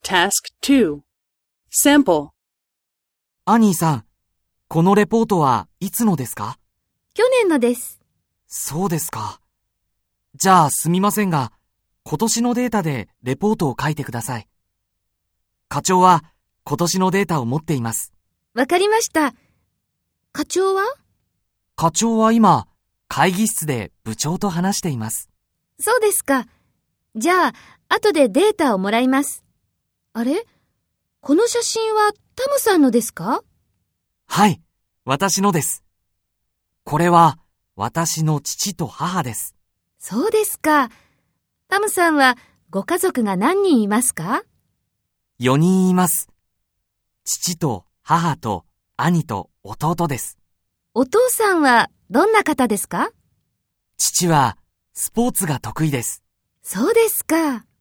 Task 2 Sample アニーさん、このレポートはいつのですか？ 去年のです。 そうですか。じゃあすみませんが、今年のデータでレポートを書いてください。課長は今年のデータを持っています。 わかりました。課長は？ 課長は今、会議室で部長と話しています。 そうですか。じゃあ、後でデータをもらいます。あれ？この写真はタムさんのですか？ はい、私のです。これは私の父と母です。 そうですか。タムさんはご家族が何人いますか 4人います。父と母と兄と弟です。 お父さんはどんな方ですか？ 父はスポーツが得意です。 そうですか。